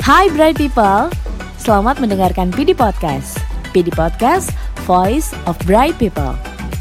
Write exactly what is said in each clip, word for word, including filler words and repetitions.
Hai Bright People, selamat mendengarkan P D Podcast. P D Podcast, Voice of Bright People.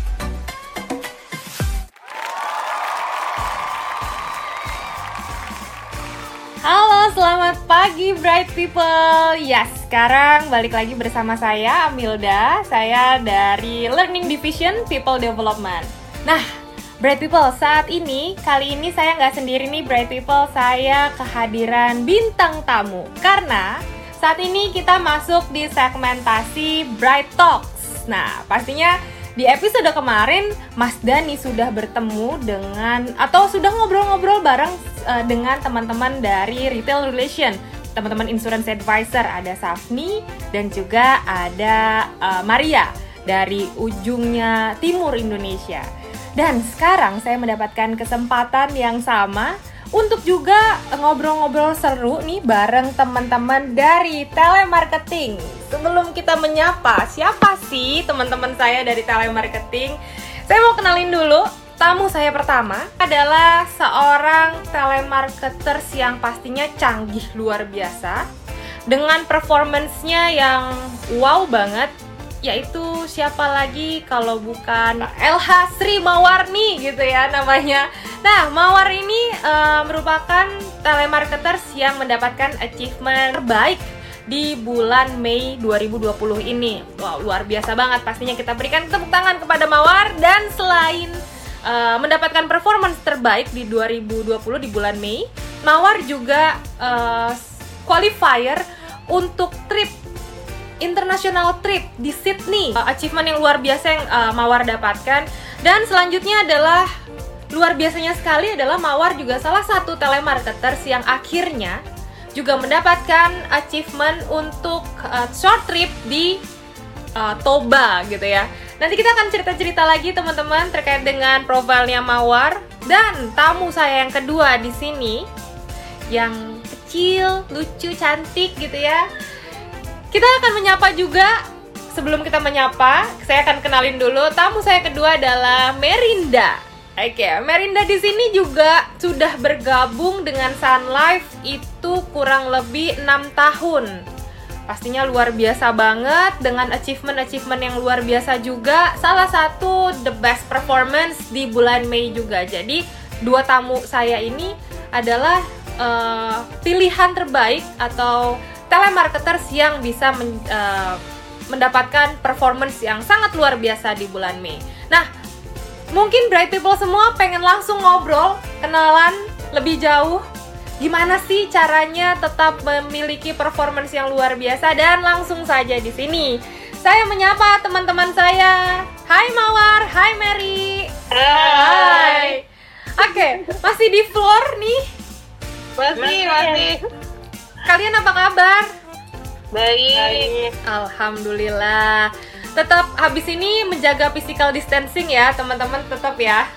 Halo, selamat pagi Bright People. Yes, sekarang balik lagi bersama saya Amilda. Saya dari Learning Division People Development. Nah, Bright People, saat ini, kali ini saya nggak sendiri nih Bright People. Saya kehadiran bintang tamu. Karena saat ini kita masuk di segmentasi Bright Talks. Nah, pastinya di episode kemarin Mas Dani sudah bertemu dengan atau sudah ngobrol-ngobrol bareng uh, dengan teman-teman dari Retail Relation, teman-teman Insurance Advisor, ada Safni dan juga ada uh, Maria dari ujungnya timur Indonesia. Dan sekarang saya mendapatkan kesempatan yang sama untuk juga ngobrol-ngobrol seru nih bareng teman-teman dari telemarketing. Sebelum kita menyapa, siapa sih teman-teman saya dari telemarketing? Saya mau kenalin dulu, tamu saya pertama adalah seorang telemarketers yang pastinya canggih luar biasa, dengan performance-nya yang wow banget, yaitu siapa lagi kalau bukan L H Sri Mawarni gitu ya namanya. Nah, Mawar ini uh, merupakan telemarketers yang mendapatkan achievement terbaik di bulan Mei dua ribu dua puluh ini. Wow, luar biasa banget. Pastinya kita berikan tepuk tangan kepada Mawar. Dan selain uh, mendapatkan performance terbaik di dua ribu dua puluh di bulan Mei, Mawar juga uh, qualifier untuk trip international trip di Sydney. Uh, achievement yang luar biasa yang uh, Mawar dapatkan. Dan selanjutnya adalah luar biasanya sekali adalah Mawar juga salah satu telemarketers yang akhirnya juga mendapatkan achievement untuk uh, short trip di uh, Toba gitu ya. Nanti kita akan cerita-cerita lagi teman-teman terkait dengan profilnya Mawar. Dan tamu saya yang kedua di sini yang kecil, lucu, cantik gitu ya. Kita akan menyapa juga. Sebelum kita menyapa, saya akan kenalin dulu. Tamu saya kedua adalah Merinda. Oke, okay. Merinda di sini juga sudah bergabung dengan Sun Life itu kurang lebih enam tahun. Pastinya luar biasa banget dengan achievement-achievement yang luar biasa juga. Salah satu the best performance di bulan Mei juga. Jadi, dua tamu saya ini adalah uh, pilihan terbaik atau telemarketers yang bisa men, uh, mendapatkan performance yang sangat luar biasa di bulan Mei. Nah, mungkin Bright People semua pengen langsung ngobrol, kenalan lebih jauh. Gimana sih caranya tetap memiliki performance yang luar biasa? Dan langsung saja di sini saya menyapa teman-teman saya. Hai Mawar, hai Mary. Hai. Oke, okay, masih di floor nih. Masih, masih. Kalian apa kabar? Baik. Alhamdulillah. Tetap habis ini menjaga physical distancing ya, teman-teman, tetap ya.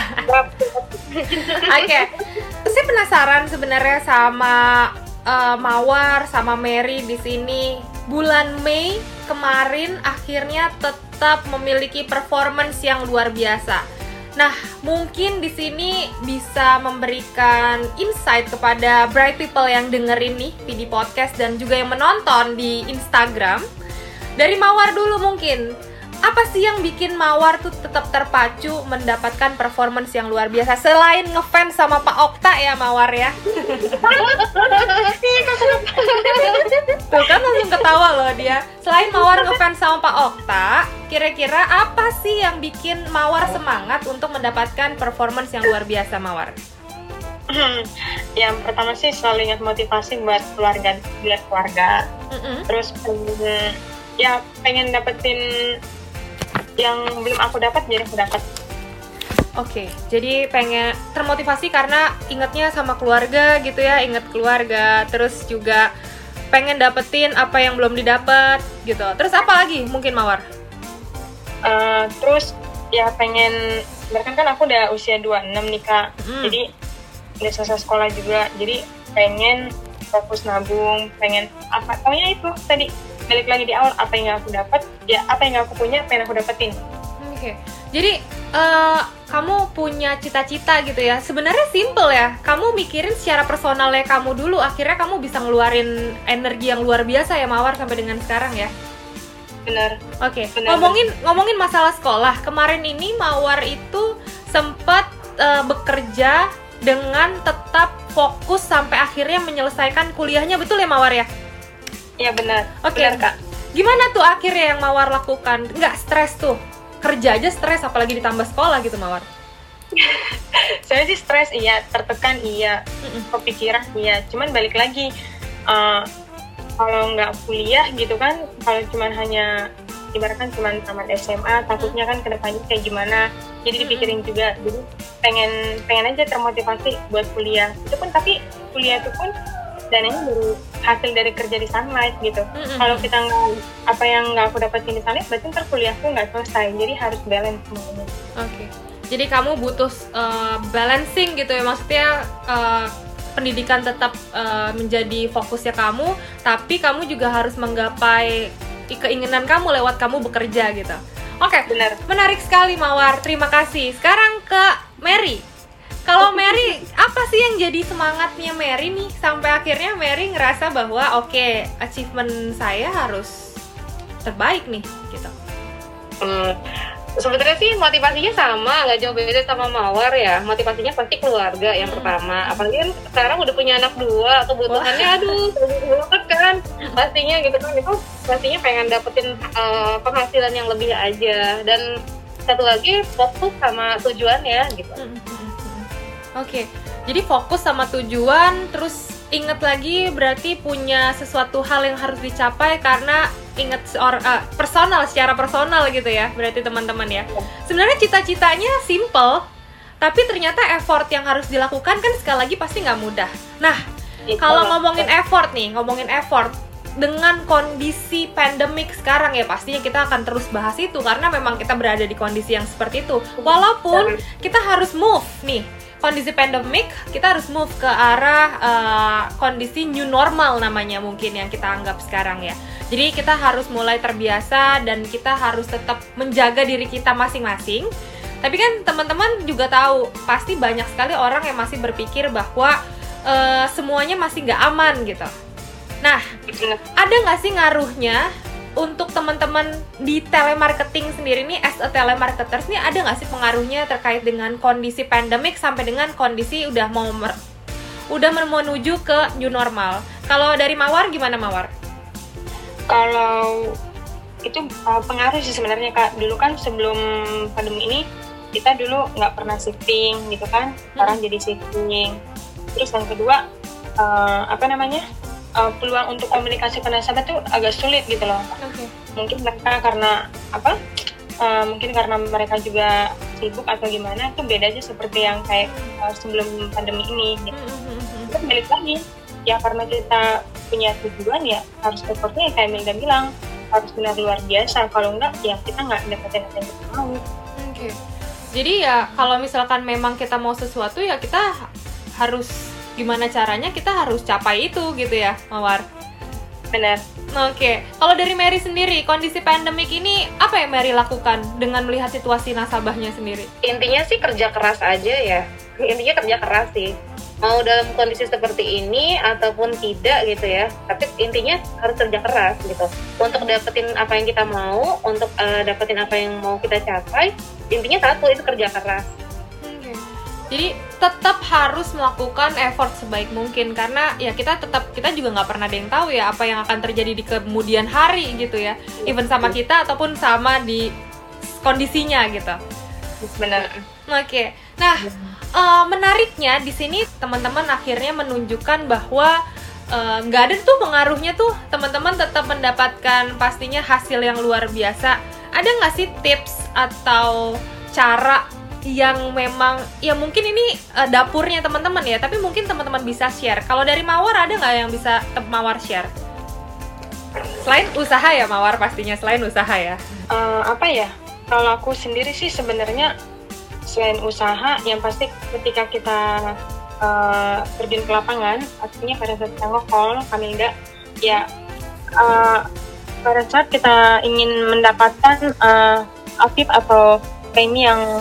Oke. Okay. Saya penasaran sebenarnya sama uh, Mawar sama Mary di sini. Bulan Mei kemarin akhirnya tetap memiliki performance yang luar biasa. Nah, mungkin di sini bisa memberikan insight kepada Bright People yang dengerin nih P D Podcast dan juga yang menonton di Instagram. Dari Mawar dulu mungkin, apa sih yang bikin Mawar tuh tetap terpacu mendapatkan performance yang luar biasa selain ngefans sama Pak Okta ya Mawar ya? Tuh kan langsung ketawa loh dia. Selain Mawar ngefans sama Pak Okta, kira-kira apa sih yang bikin Mawar semangat untuk mendapatkan performance yang luar biasa Mawar? Yang pertama sih selalu ingat motivasi buat keluarga, buat keluarga. Mm-hmm. Terus pengen, ya pengen dapetin yang belum aku dapat jadi aku dapat. Oke, okay, jadi pengen termotivasi karena ingatnya sama keluarga gitu ya, ingat keluarga. Terus juga pengen dapetin apa yang belum didapat gitu. Terus apa lagi mungkin Mawar? Uh, terus ya pengen, bahkan kan aku udah usia dua puluh enam nih Kak. Mm. Jadi udah selesai sekolah juga. Jadi pengen fokus nabung, pengen apa? Pokoknya itu tadi balik lagi di awal, apa yang aku dapat, ya apa yang aku punya pengen aku dapetin. Oke. Okay. Jadi uh, kamu punya cita-cita gitu ya. Sebenarnya simple ya. Kamu mikirin secara personalnya kamu dulu, akhirnya kamu bisa ngeluarin energi yang luar biasa ya Mawar sampai dengan sekarang ya. Benar. Oke. Okay. Ngomongin ngomongin masalah sekolah. Kemarin ini Mawar itu sempat uh, bekerja dengan tetap fokus sampai akhirnya menyelesaikan kuliahnya, betul ya Mawar ya? Iya benar. Oke okay. Benar, Kak. Gimana tuh akhirnya yang Mawar lakukan? Nggak stres tuh? Kerja aja stres, apalagi ditambah sekolah gitu Mawar? Saya sih stres iya, tertekan iya, Mm-mm. kepikiran iya. Cuman balik lagi, uh, kalau nggak kuliah gitu kan, kalau cuman hanya ibaratkan cuman tamat S M A, takutnya kan kedepannya kayak gimana. Jadi dipikirin mm-hmm. juga. Jadi pengen pengen aja termotivasi buat kuliah. Itu pun tapi kuliah itu pun dananya baru hasil dari kerja di Sunlight gitu. Mm-hmm. Kalau kita nggak apa yang nggak aku dapetin di Sunlight, berarti ntar kuliahku nggak selesai. Jadi harus balance semuanya. Oke. Okay. Jadi kamu butuh uh, balancing gitu ya, maksudnya uh, pendidikan tetap uh, menjadi fokusnya kamu, tapi kamu juga harus menggapai keinginan kamu lewat kamu bekerja gitu. Oke, okay. Benar. Menarik sekali Mawar. Terima kasih. Sekarang ke Mary. Kalau Mary, apa sih yang jadi semangatnya Mary nih sampai akhirnya Mary ngerasa bahwa oke, okay, achievement saya harus terbaik nih gitu. Hmm, sebenarnya sih motivasinya sama, nggak jauh beda sama Mawar ya. Motivasinya pasti keluarga yang hmm. pertama. Apalagi kan sekarang udah punya anak dua, kebutuhannya Wah. aduh banget kan. Pastinya gitu kan, itu pastinya pengen dapetin uh, penghasilan yang lebih aja. Dan satu lagi fokus sama tujuannya gitu. Hmm. Oke, okay. Jadi fokus sama tujuan, terus inget lagi berarti punya sesuatu hal yang harus dicapai karena inget or, uh, personal, secara personal gitu ya, berarti teman-teman ya. Sebenarnya cita-citanya simple, tapi ternyata effort yang harus dilakukan kan sekali lagi pasti nggak mudah. Nah, kalau ngomongin effort nih, ngomongin effort, dengan kondisi pandemik sekarang ya pastinya kita akan terus bahas itu karena memang kita berada di kondisi yang seperti itu. Walaupun kita harus move nih. Kondisi pandemik, kita harus move ke arah uh, kondisi new normal namanya mungkin yang kita anggap sekarang ya. Jadi kita harus mulai terbiasa dan kita harus tetap menjaga diri kita masing-masing. Tapi kan teman-teman juga tahu, pasti banyak sekali orang yang masih berpikir bahwa uh, semuanya masih nggak aman gitu. Nah, ada nggak sih ngaruhnya untuk teman-teman di telemarketing sendiri nih, as a telemarketers nih, ada nggak sih pengaruhnya terkait dengan kondisi pandemik sampai dengan kondisi udah mau mer- udah menuju ke new normal? Kalau dari Mawar gimana Mawar? Kalau itu uh, pengaruh sih sebenarnya Kak. Dulu kan sebelum pandemi ini kita dulu nggak pernah shifting gitu kan, sekarang hmm. jadi shifting. Terus yang kedua uh, apa namanya? Uh, peluang untuk komunikasi ke nasabah tuh agak sulit gitu loh. Okay. Mungkin mereka karena apa? Uh, mungkin karena mereka juga sibuk atau gimana, tuh beda aja seperti yang kayak uh, sebelum pandemi ini. Gitu. Mm-hmm. Terus balik lagi, ya karena kita punya tujuan ya harus effortnya kayak Milda bilang harus benar luar biasa. Kalau enggak, ya kita nggak dapetin apa yang kita mau. Oke. Okay. Jadi ya kalau misalkan memang kita mau sesuatu ya kita harus gimana caranya kita harus capai itu gitu ya, Mawar? Benar. Oke, okay. Kalau dari Mary sendiri, kondisi pandemik ini apa yang Mary lakukan dengan melihat situasi nasabahnya sendiri? Intinya sih kerja keras aja ya. Intinya kerja keras sih. Mau dalam kondisi seperti ini ataupun tidak gitu ya. Tapi intinya harus kerja keras gitu. Untuk dapetin apa yang kita mau, untuk uh, dapetin apa yang mau kita capai, intinya satu, itu kerja keras. Jadi tetap harus melakukan effort sebaik mungkin karena ya kita tetap kita juga nggak pernah ada yang tahu ya apa yang akan terjadi di kemudian hari gitu ya, even sama kita ataupun sama di kondisinya gitu. Benar. Oke, okay. Nah uh, menariknya di sini teman-teman akhirnya menunjukkan bahwa nggak uh, ada tuh pengaruhnya tuh teman-teman tetap mendapatkan pastinya hasil yang luar biasa. Ada nggak sih tips atau cara yang memang ya mungkin ini uh, dapurnya teman-teman ya, tapi mungkin teman-teman bisa share. Kalau dari Mawar ada nggak yang bisa Mawar share? Selain usaha ya Mawar, pastinya selain usaha ya. Uh, apa ya? Kalau aku sendiri sih sebenarnya selain usaha, yang pasti ketika kita uh, terjun ke lapangan, artinya pada saat kita nge-call, kami enggak ya uh, pada saat kita ingin mendapatkan uh, aktif atau premi yang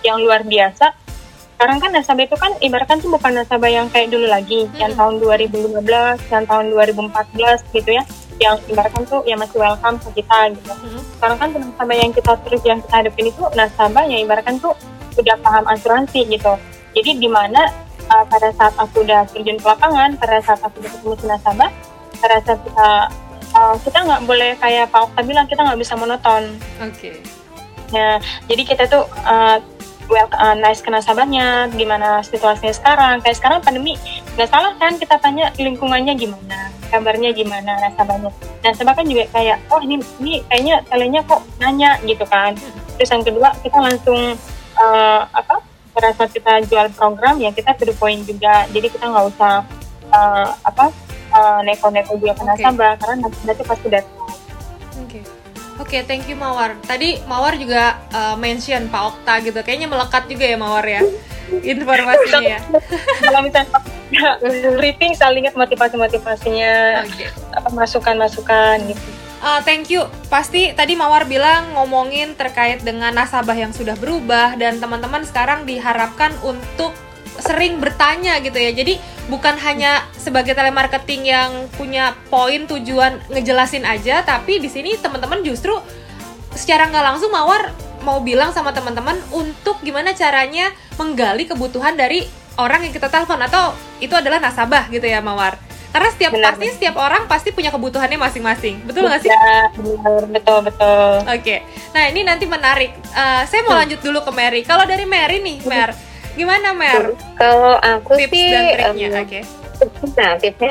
yang luar biasa. Sekarang kan nasabah itu kan ibaratkan tuh bukan nasabah yang kayak dulu lagi, hmm. yang tahun dua ribu lima belas, yang tahun dua ribu empat belas gitu ya, yang ibaratkan tuh yang masih welcome ke kita gitu. Hmm. Sekarang kan nasabah yang kita terus yang kita hadapin itu nasabah yang ibaratkan tuh udah paham asuransi gitu. Jadi di mana uh, pada saat aku udah terjun ke lapangan, pada saat aku udah ketemu si nasabah, pada saat kita uh, kita nggak boleh kayak Pak Okta bilang, kita nggak bisa monoton. Oke. Okay. Nah, jadi kita tuh uh, well, uh, nice ke nasabahnya, gimana situasinya sekarang. Kayak sekarang pandemi, nggak salah kan kita tanya lingkungannya gimana, kabarnya gimana nasabahnya. Nasabah kan juga kayak, oh ini ini kayaknya telenya kok nanya gitu kan. Terus yang kedua, kita langsung uh, apa? Pada saat kita jual program ya kita to the point juga. Jadi kita nggak usah uh, apa uh, neko-neko juga ke nasabah, okay. Karena nasabah itu pasti datang. Oke. Okay. Oke, okay, thank you Mawar. Tadi Mawar juga uh, mention Pak Okta gitu. Kayaknya melekat juga ya Mawar ya informasinya ya. Kalau misalnya briefing saling ingat motivasi-motivasinya, okay. Masukan-masukan gitu. Uh, thank you. Pasti tadi Mawar bilang ngomongin terkait dengan nasabah yang sudah berubah dan teman-teman sekarang diharapkan untuk sering bertanya gitu ya. Jadi bukan hanya sebagai telemarketing yang punya poin tujuan ngejelasin aja, tapi di sini teman-teman justru secara nggak langsung Mawar mau bilang sama teman-teman untuk gimana caranya menggali kebutuhan dari orang yang kita telepon, atau itu adalah nasabah gitu ya Mawar. Karena setiap benar, pasti benar. Setiap orang pasti punya kebutuhannya masing-masing, betul nggak sih? Ya, benar, betul betul. Oke, okay. Nah ini nanti menarik. Uh, saya mau lanjut dulu ke Mary. Kalau dari Mary nih, Mer, gimana Mer? Kalau aku tips sih, dan triknya, um, oke. Okay. Nah tipsnya,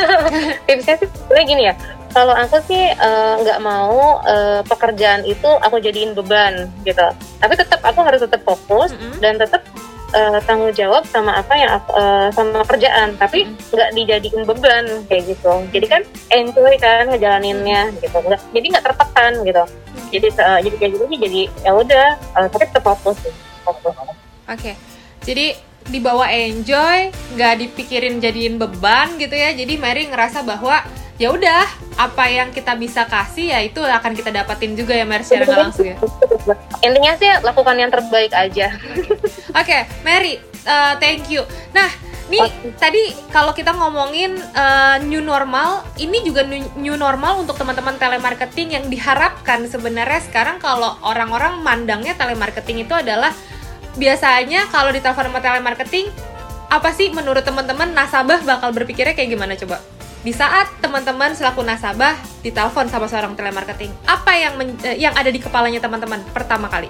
tipsnya sih sebenarnya gini ya. Kalau aku sih nggak uh, mau uh, pekerjaan itu aku jadiin beban gitu. Tapi tetap aku harus tetap fokus mm-hmm. dan tetap Uh, tanggung jawab sama apa yang uh, sama kerjaan, tapi nggak hmm. dijadiin beban kayak gitu. Jadi kan enjoy kan ngejalaninnya gitu, nggak, jadi nggak tertekan gitu. Hmm. Jadi uh, jadi kayak gitu sih, jadi ya udah, uh, tapi tetap fokus. Oke, okay. Jadi dibawa enjoy, nggak dipikirin jadiin beban gitu ya. Jadi Mary ngerasa bahwa ya udah apa yang kita bisa kasih ya itu akan kita dapatin juga ya Mary secara nggak langsung ya. Intinya sih lakukan yang terbaik aja. Oke, okay, Mary, uh, thank you. Nah, nih okay. Tadi kalau kita ngomongin uh, new normal, ini juga new, new normal untuk teman-teman telemarketing yang diharapkan sebenarnya sekarang kalau orang-orang mandangnya telemarketing itu adalah biasanya kalau ditelepon sama telemarketing, apa sih menurut teman-teman nasabah bakal berpikirnya kayak gimana coba? Di saat teman-teman selaku nasabah ditelepon sama seorang telemarketing, apa yang men- yang ada di kepalanya teman-teman pertama kali?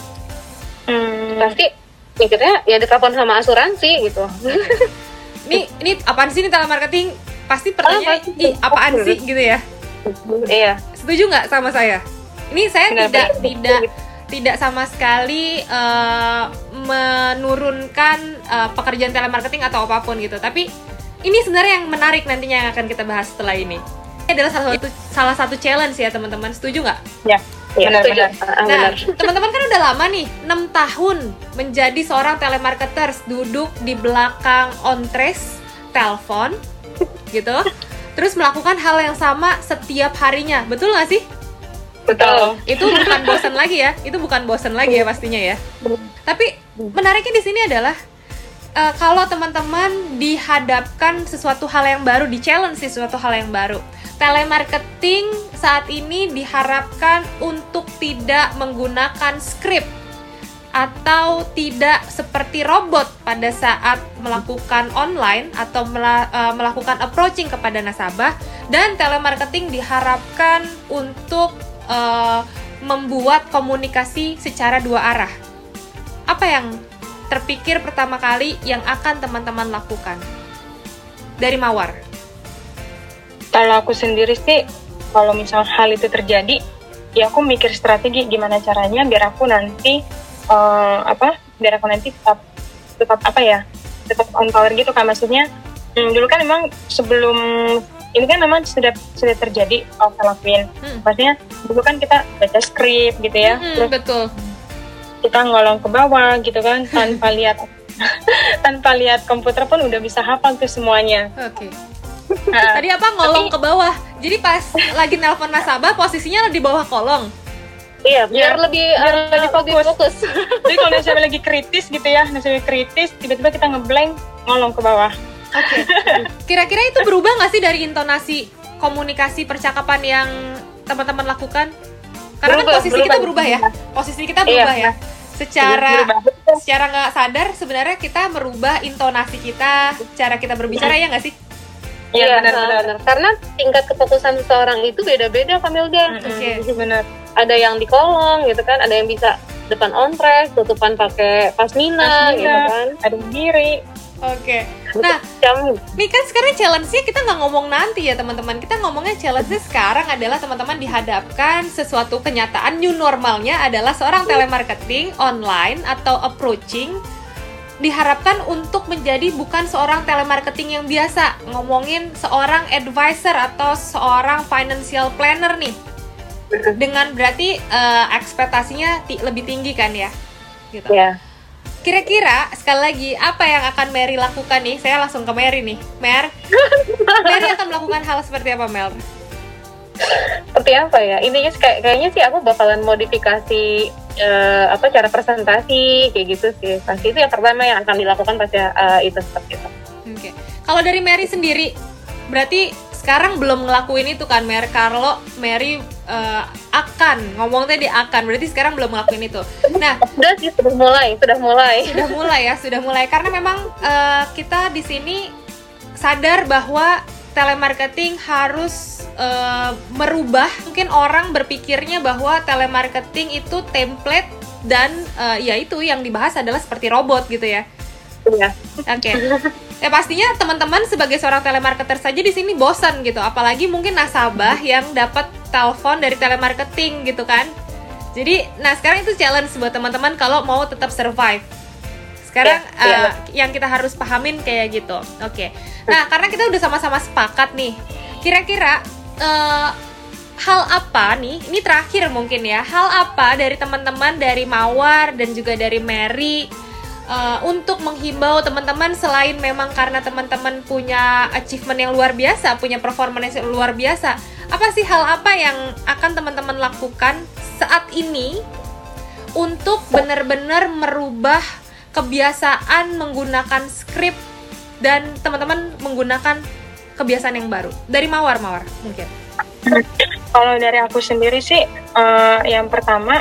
Hmm, pasti mikirnya ya ditelepon sama asuransi gitu. Nih, ini apaan sih nih telemarketing? Pasti pertanyaan, oh, ih apaan oh, sih gitu ya? Iya. Setuju nggak sama saya? Ini saya Benar, tidak betul. tidak tidak sama sekali uh, menurunkan uh, pekerjaan telemarketing atau apapun gitu, tapi ini sebenarnya yang menarik nantinya yang akan kita bahas setelah ini. Ini adalah salah satu salah satu challenge ya teman-teman. Setuju nggak? Ya, benar-benar. Nah, teman-teman kan udah lama nih, enam tahun menjadi seorang telemarketers, duduk di belakang on trace, telepon, gitu. Terus melakukan hal yang sama setiap harinya. Betul nggak sih? Betul. Itu bukan bosan lagi ya. Itu bukan bosan lagi ya pastinya ya. Tapi menariknya di sini adalah Uh, kalau teman-teman dihadapkan sesuatu hal yang baru, di-challenge sesuatu hal yang baru, telemarketing saat ini diharapkan untuk tidak menggunakan skrip atau tidak seperti robot pada saat melakukan online atau mela- uh, melakukan approaching kepada nasabah, dan telemarketing diharapkan untuk uh, membuat komunikasi secara dua arah. Apa yang terpikir pertama kali yang akan teman-teman lakukan? Dari Mawar. Kalau aku sendiri sih, kalau misal hal itu terjadi, ya aku mikir strategi gimana caranya biar aku nanti uh, apa? Biar aku nanti tetap tetap apa ya? Tetap on power gitu kan, maksudnya. Hmm, dulu kan memang sebelum ini kan memang sudah sudah terjadi aku lakuin. Hmm. Maksudnya dulu kan kita baca skrip gitu ya. Hmm, Terus, betul. Kita ngolong ke bawah gitu kan tanpa lihat tanpa lihat komputer pun udah bisa hafal tuh semuanya. Oke. Okay. Nah, tadi apa ngolong tapi, ke bawah? Jadi pas lagi nelpon nasabah posisinya di bawah kolong. Iya, biar Biar- lebih biar uh, lebih fokus. fokus. Jadi kalau misalnya lagi kritis gitu ya, misalnya kritis, tiba-tiba kita ngeblank, ngolong ke bawah. Oke. Kira-kira itu berubah nggak sih dari intonasi komunikasi percakapan yang teman-teman lakukan? Karena kan Berubah, posisi berubah. kita berubah ya. Posisi kita Iya, berubah ya. Secara Berubah. secara nggak sadar sebenarnya kita merubah intonasi kita, cara kita berbicara ya nggak sih? Iya, Iya, benar-benar. benar. Karena tingkat kefokusan seseorang itu beda-beda, Kamilda. Oke. Mm-mm, benar. Ada yang di kolong gitu kan, ada yang bisa depan on track, tutupan pakai pasmina, Pasmina. gitu kan. Ada yang diri. Oke. Nah, Jam nih kan sekarang challenge-nya kita nggak ngomong nanti ya teman-teman. Kita ngomongnya challenge-nya sekarang adalah teman-teman dihadapkan sesuatu kenyataan new normalnya adalah seorang telemarketing online atau approaching diharapkan untuk menjadi bukan seorang telemarketing yang biasa, ngomongin seorang advisor atau seorang financial planner nih. Dengan berarti eh, ekspektasinya ti- lebih tinggi kan ya? Gitu. ya. Kira-kira sekali lagi apa yang akan Mary lakukan nih? Saya langsung ke Mary nih. Mer, Mary akan melakukan hal seperti apa, Mel? Seperti apa ya? Intinya sih kayak kayaknya sih aku bakalan modifikasi eh, apa cara presentasi kayak gitu sih. Pasti itu yang pertama yang akan dilakukan pasti eh, itu seperti itu. Oke. Kalau dari Mary sendiri, berarti sekarang belum ngelakuin itu kan, Mary? Kalau Mary eh, akan ngomong tadi akan, berarti sekarang belum ngelakuin itu. Nah, Sudah sih, sudah mulai, sudah mulai. sudah mulai ya, sudah mulai karena memang eh, kita di sini sadar bahwa telemarketing harus eh, merubah. Mungkin orang berpikirnya bahwa telemarketing itu template dan eh, ya itu yang dibahas adalah seperti robot gitu ya. Iya. Oke. Ya pastinya teman-teman sebagai seorang telemarketer saja di sini bosan gitu, apalagi mungkin nasabah yang dapat telepon dari telemarketing gitu kan. Jadi, nah sekarang itu challenge buat teman-teman kalau mau tetap survive. Sekarang Ya, ya. uh, yang kita harus pahamin kayak gitu. Oke. Nah, karena kita udah sama-sama sepakat nih. Kira-kira uh, hal apa nih? Ini terakhir mungkin ya. Hal apa dari teman-teman dari Mawar dan juga dari Mary Uh, untuk menghimbau teman-teman selain memang karena teman-teman punya achievement yang luar biasa, punya performance yang luar biasa, apa sih hal apa yang akan teman-teman lakukan saat ini untuk benar-benar merubah kebiasaan menggunakan skrip dan teman-teman menggunakan kebiasaan yang baru? Dari Mawar, Mawar mungkin. Kalau dari aku sendiri sih, eh, yang pertama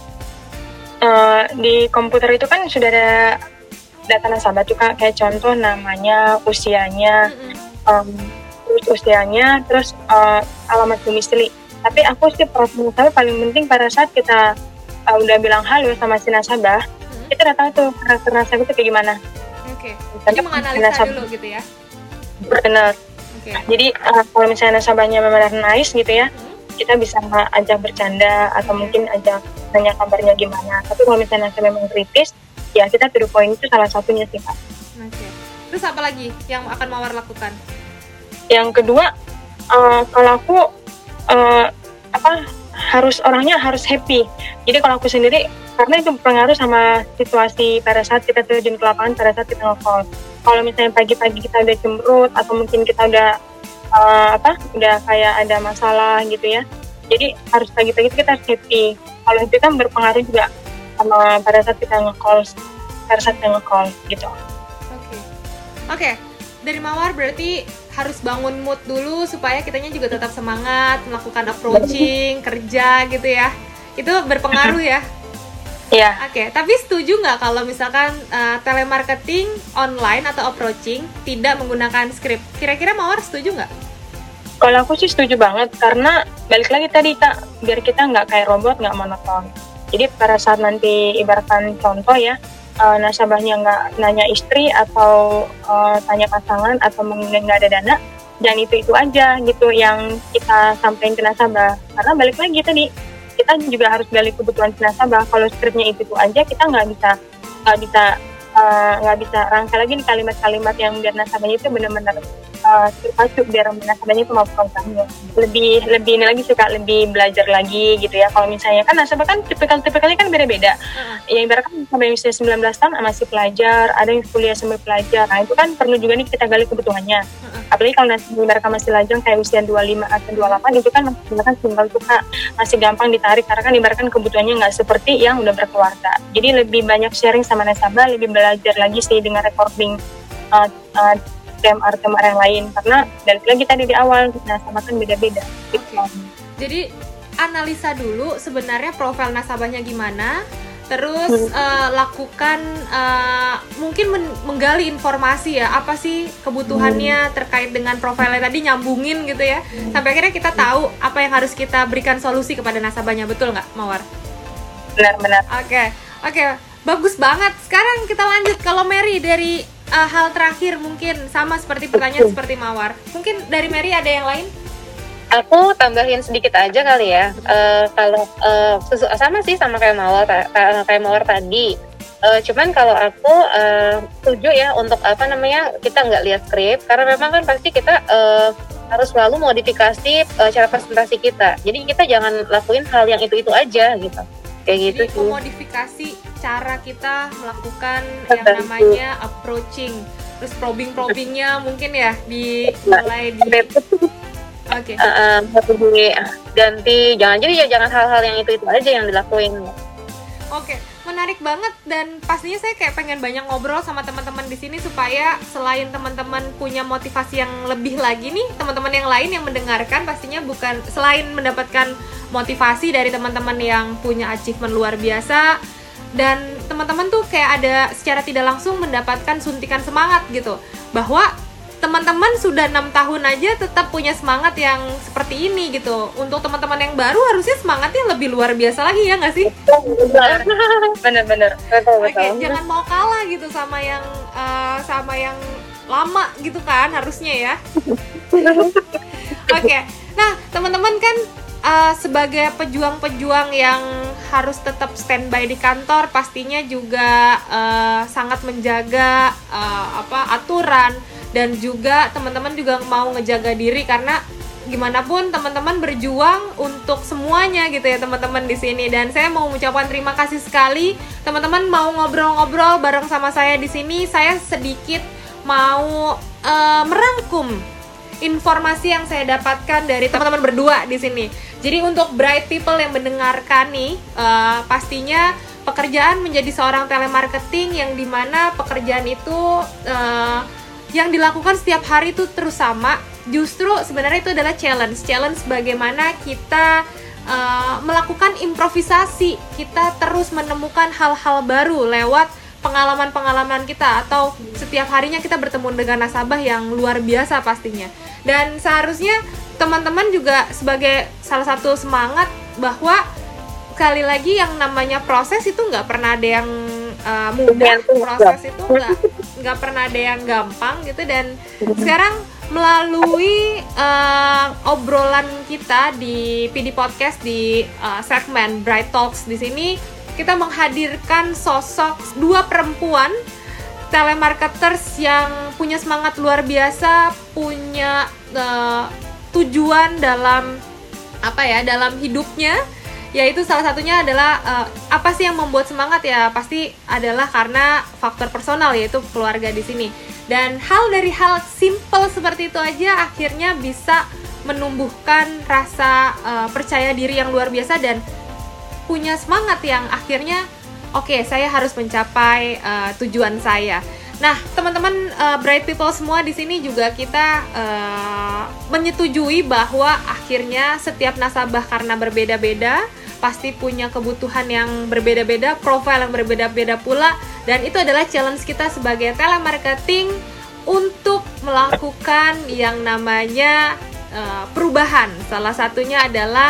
eh, di komputer itu kan sudah ada data nasabah tuh Kak, kayak contoh namanya, usianya, em, terus usianya, terus eh, alamat domisili. Tapi aku sih profil nasabah paling penting pada saat kita eh, udah bilang halo sama si nasabah, kita udah tahu tuh karakter nasabah itu kayak gimana. Oke. Misalnya Jadi menganalisa nasabah- dulu gitu ya. Benar. Oke. Jadi uh, kalau misalnya nasabahnya benar nice gitu ya, Hmm. kita bisa ajak bercanda atau mungkin ajak nanya kabarnya gimana. Tapi kalau misalnya nasabah memang kritis, ya kita to the point itu salah satunya sih Kak. Oke. Terus apa lagi yang akan Mawar lakukan? Yang kedua, uh, kalau aku uh, apa harus orangnya harus happy. Jadi kalau aku sendiri, karena itu berpengaruh sama situasi pada saat kita terjun ke lapangan, pada saat kita nge-call. Kalau misalnya pagi-pagi kita udah cemberut atau mungkin kita udah uh, apa, udah kayak ada masalah gitu ya. Jadi harus pagi-pagi itu kita harus happy. Kalau itu kan berpengaruh juga sama pada saat kita nge-call, pada saat kita nge-call gitu. Oke. Oke. Dari Mawar berarti harus bangun mood dulu supaya kitanya juga tetap semangat melakukan approaching, kerja gitu ya. Itu berpengaruh ya. Ya, Oke, tapi setuju nggak kalau misalkan uh, telemarketing online atau approaching tidak menggunakan skrip? Kira-kira Mawar setuju nggak? kalau aku sih setuju banget karena balik lagi tadi Kak, biar kita nggak kayak robot, nggak monoton. Jadi pada saat nanti ibaratkan contoh ya, uh, nasabahnya nggak nanya istri atau uh, tanya pasangan atau mungkin nggak ada dana, dan itu itu aja gitu yang kita sampaikan ke nasabah. Karena balik lagi tadi, kita juga harus gali kebutuhan si nasabah. Kalau skripnya itu itu aja, kita nggak bisa nggak bisa nggak uh, bisa rangkai lagi nih kalimat-kalimat yang biar nasabahnya itu benar-benar uh, terpacu, biar nasabahnya itu mau programnya lebih lebih ini lagi suka lebih belajar lagi gitu ya. Kalau misalnya kan nasabah kan tipikal-tipikalnya kan beda-beda. Uh-huh. Yang ibaratkan sampai usia sembilan belas tahun masih pelajar, ada yang kuliah sambil pelajar. Nah itu kan perlu juga nih kita gali kebutuhannya. Uh-huh. Apalagi kalau nasabah ibaratkan masih lajang kayak usia dua puluh lima atau dua puluh delapan itu kan masih tinggal suka masih gampang ditarik karena kan ibaratkan kebutuhannya nggak seperti yang udah berkeluarga. Jadi lebih banyak sharing sama nasabah, lebih belajar lagi sih dengan recording uh, uh, T M R-T M R yang lain karena dari lagi tadi di awal nasabah kan beda-beda. Okay. Jadi analisa dulu sebenarnya profil nasabahnya gimana, terus hmm. uh, lakukan uh, mungkin men- menggali informasi ya apa sih kebutuhannya hmm. terkait dengan profilnya tadi, nyambungin gitu ya hmm. sampai akhirnya kita tahu apa yang harus kita berikan solusi kepada nasabahnya. Betul nggak, Mawar? Benar-benar. Oke, okay. oke, okay. Bagus banget. Sekarang kita lanjut kalau Mary dari uh, hal terakhir mungkin sama seperti pertanyaan okay. seperti Mawar. Mungkin dari Mary ada yang lain? Aku tambahin sedikit aja kali ya. Uh, kalau uh, sama sih sama kayak Mawar kayak Mawar tadi. Uh, cuman kalau aku uh, setuju ya untuk apa namanya kita nggak lihat skrip karena memang kan pasti kita uh, harus selalu modifikasi uh, cara presentasi kita. Jadi kita jangan lakuin hal yang itu-itu aja gitu. Kayak Jadi, gitu sih. Memodifikasi cara kita melakukan yang namanya approaching, terus probing-probingnya mungkin ya dimulai di. Oke. Okay. Uh, uh, ganti, jangan jadi ya jangan hal-hal yang itu-itu aja yang dilakuin. Oke, okay. Menarik banget dan pastinya saya kayak pengen banyak ngobrol sama teman-teman di sini supaya selain teman-teman punya motivasi yang lebih lagi nih, teman-teman yang lain yang mendengarkan pastinya bukan selain mendapatkan motivasi dari teman-teman yang punya achievement luar biasa dan teman-teman tuh kayak ada secara tidak langsung mendapatkan suntikan semangat gitu bahwa teman-teman sudah enam tahun aja tetap punya semangat yang seperti ini gitu. Untuk teman-teman yang baru harusnya semangatnya lebih luar biasa lagi ya nggak sih? Benar-benar. Oke, okay, jangan mau kalah gitu sama yang uh, sama yang lama gitu kan harusnya ya. Oke, okay. Nah teman-teman kan uh, sebagai pejuang-pejuang yang harus tetap standby di kantor pastinya juga uh, sangat menjaga uh, apa aturan. Dan juga teman-teman juga mau ngejaga diri karena gimana pun teman-teman berjuang untuk semuanya gitu ya teman-teman di sini. Dan saya mau mengucapkan terima kasih sekali teman-teman mau ngobrol-ngobrol bareng sama saya di sini. Saya sedikit mau uh, merangkum informasi yang saya dapatkan dari teman-teman berdua di sini. Jadi untuk bright people yang mendengarkan nih, uh, pastinya pekerjaan menjadi seorang telemarketing yang dimana pekerjaan itu uh, yang dilakukan setiap hari itu terus sama. Justru sebenarnya itu adalah challenge. Challenge bagaimana kita uh, melakukan improvisasi. Kita terus menemukan hal-hal baru lewat pengalaman-pengalaman kita. Atau setiap harinya kita bertemu dengan nasabah yang luar biasa pastinya. Dan seharusnya teman-teman juga sebagai salah satu semangat bahwa sekali lagi yang namanya proses itu nggak pernah ada yang uh, mudah. Proses itu nggak nggak pernah ada yang gampang gitu. Dan sekarang melalui uh, obrolan kita di P D Podcast di uh, segmen Bright Talks di sini kita menghadirkan sosok dua perempuan telemarketers yang punya semangat luar biasa, punya uh, tujuan dalam apa ya dalam hidupnya. Yaitu salah satunya adalah uh, apa sih yang membuat semangat ya pasti adalah karena faktor personal yaitu keluarga di sini. Dan hal dari hal simple seperti itu aja akhirnya bisa menumbuhkan rasa uh, percaya diri yang luar biasa dan punya semangat yang akhirnya oke okay, saya harus mencapai uh, tujuan saya. Nah teman-teman uh, bright people semua di sini juga kita uh, menyetujui bahwa akhirnya setiap nasabah karena berbeda-beda pasti punya kebutuhan yang berbeda-beda, profil yang berbeda-beda pula, dan itu adalah challenge kita sebagai telemarketing untuk melakukan yang namanya uh, perubahan. Salah satunya adalah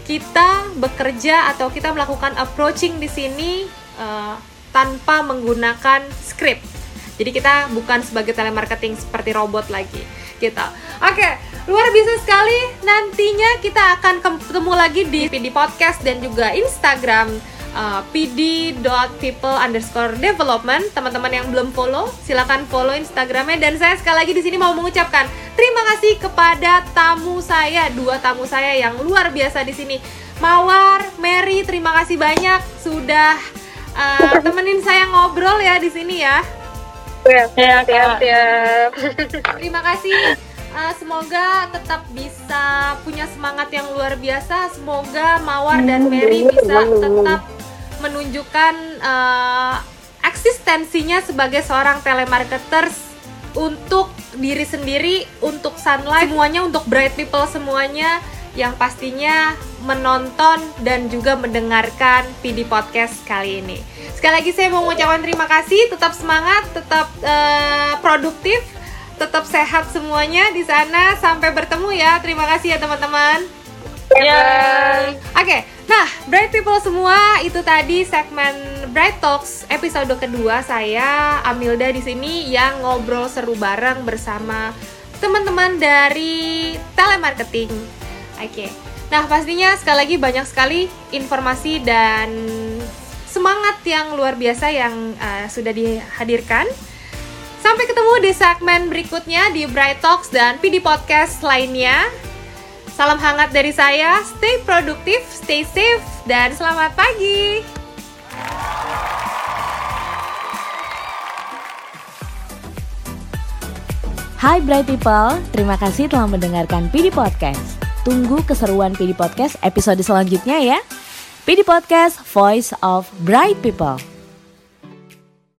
kita bekerja atau kita melakukan approaching di sini uh, tanpa menggunakan script. Jadi kita bukan sebagai telemarketing seperti robot lagi, gitu. Oke. Okay. Luar biasa sekali, nantinya kita akan ketemu lagi di P D Podcast dan juga Instagram uh, p d dot people underscore development. Teman-teman yang belum follow, silakan follow Instagramnya. Dan saya sekali lagi di sini mau mengucapkan terima kasih kepada tamu saya, dua tamu saya yang luar biasa di sini. Mawar, Mary, terima kasih banyak sudah uh, temenin saya ngobrol ya di sini ya. Siap, siap, siap. Terima kasih. Uh, semoga tetap bisa punya semangat yang luar biasa. Semoga Mawar dan Mary bisa tetap menunjukkan uh, eksistensinya sebagai seorang telemarketers untuk diri sendiri, untuk Sunlight, semuanya untuk Bright People semuanya yang pastinya menonton dan juga mendengarkan P D Podcast kali ini. Sekali lagi saya mau mengucapkan terima kasih, tetap semangat, tetap uh, produktif, tetap sehat semuanya di sana. Sampai bertemu ya. Terima kasih ya teman-teman. Ya. Oke, nah Bright People semua, itu tadi segmen Bright Talks episode kedua. Saya Amilda di sini yang ngobrol seru bareng bersama teman-teman dari telemarketing. Oke, nah pastinya sekali lagi banyak sekali informasi dan semangat yang luar biasa yang uh, sudah dihadirkan. Sampai ketemu di segmen berikutnya di Bright Talks dan P D Podcast lainnya. Salam hangat dari saya, stay produktif, stay safe, dan selamat pagi. Hai Bright People, terima kasih telah mendengarkan P D Podcast. Tunggu keseruan P D Podcast episode selanjutnya ya. P D Podcast, Voice of Bright People.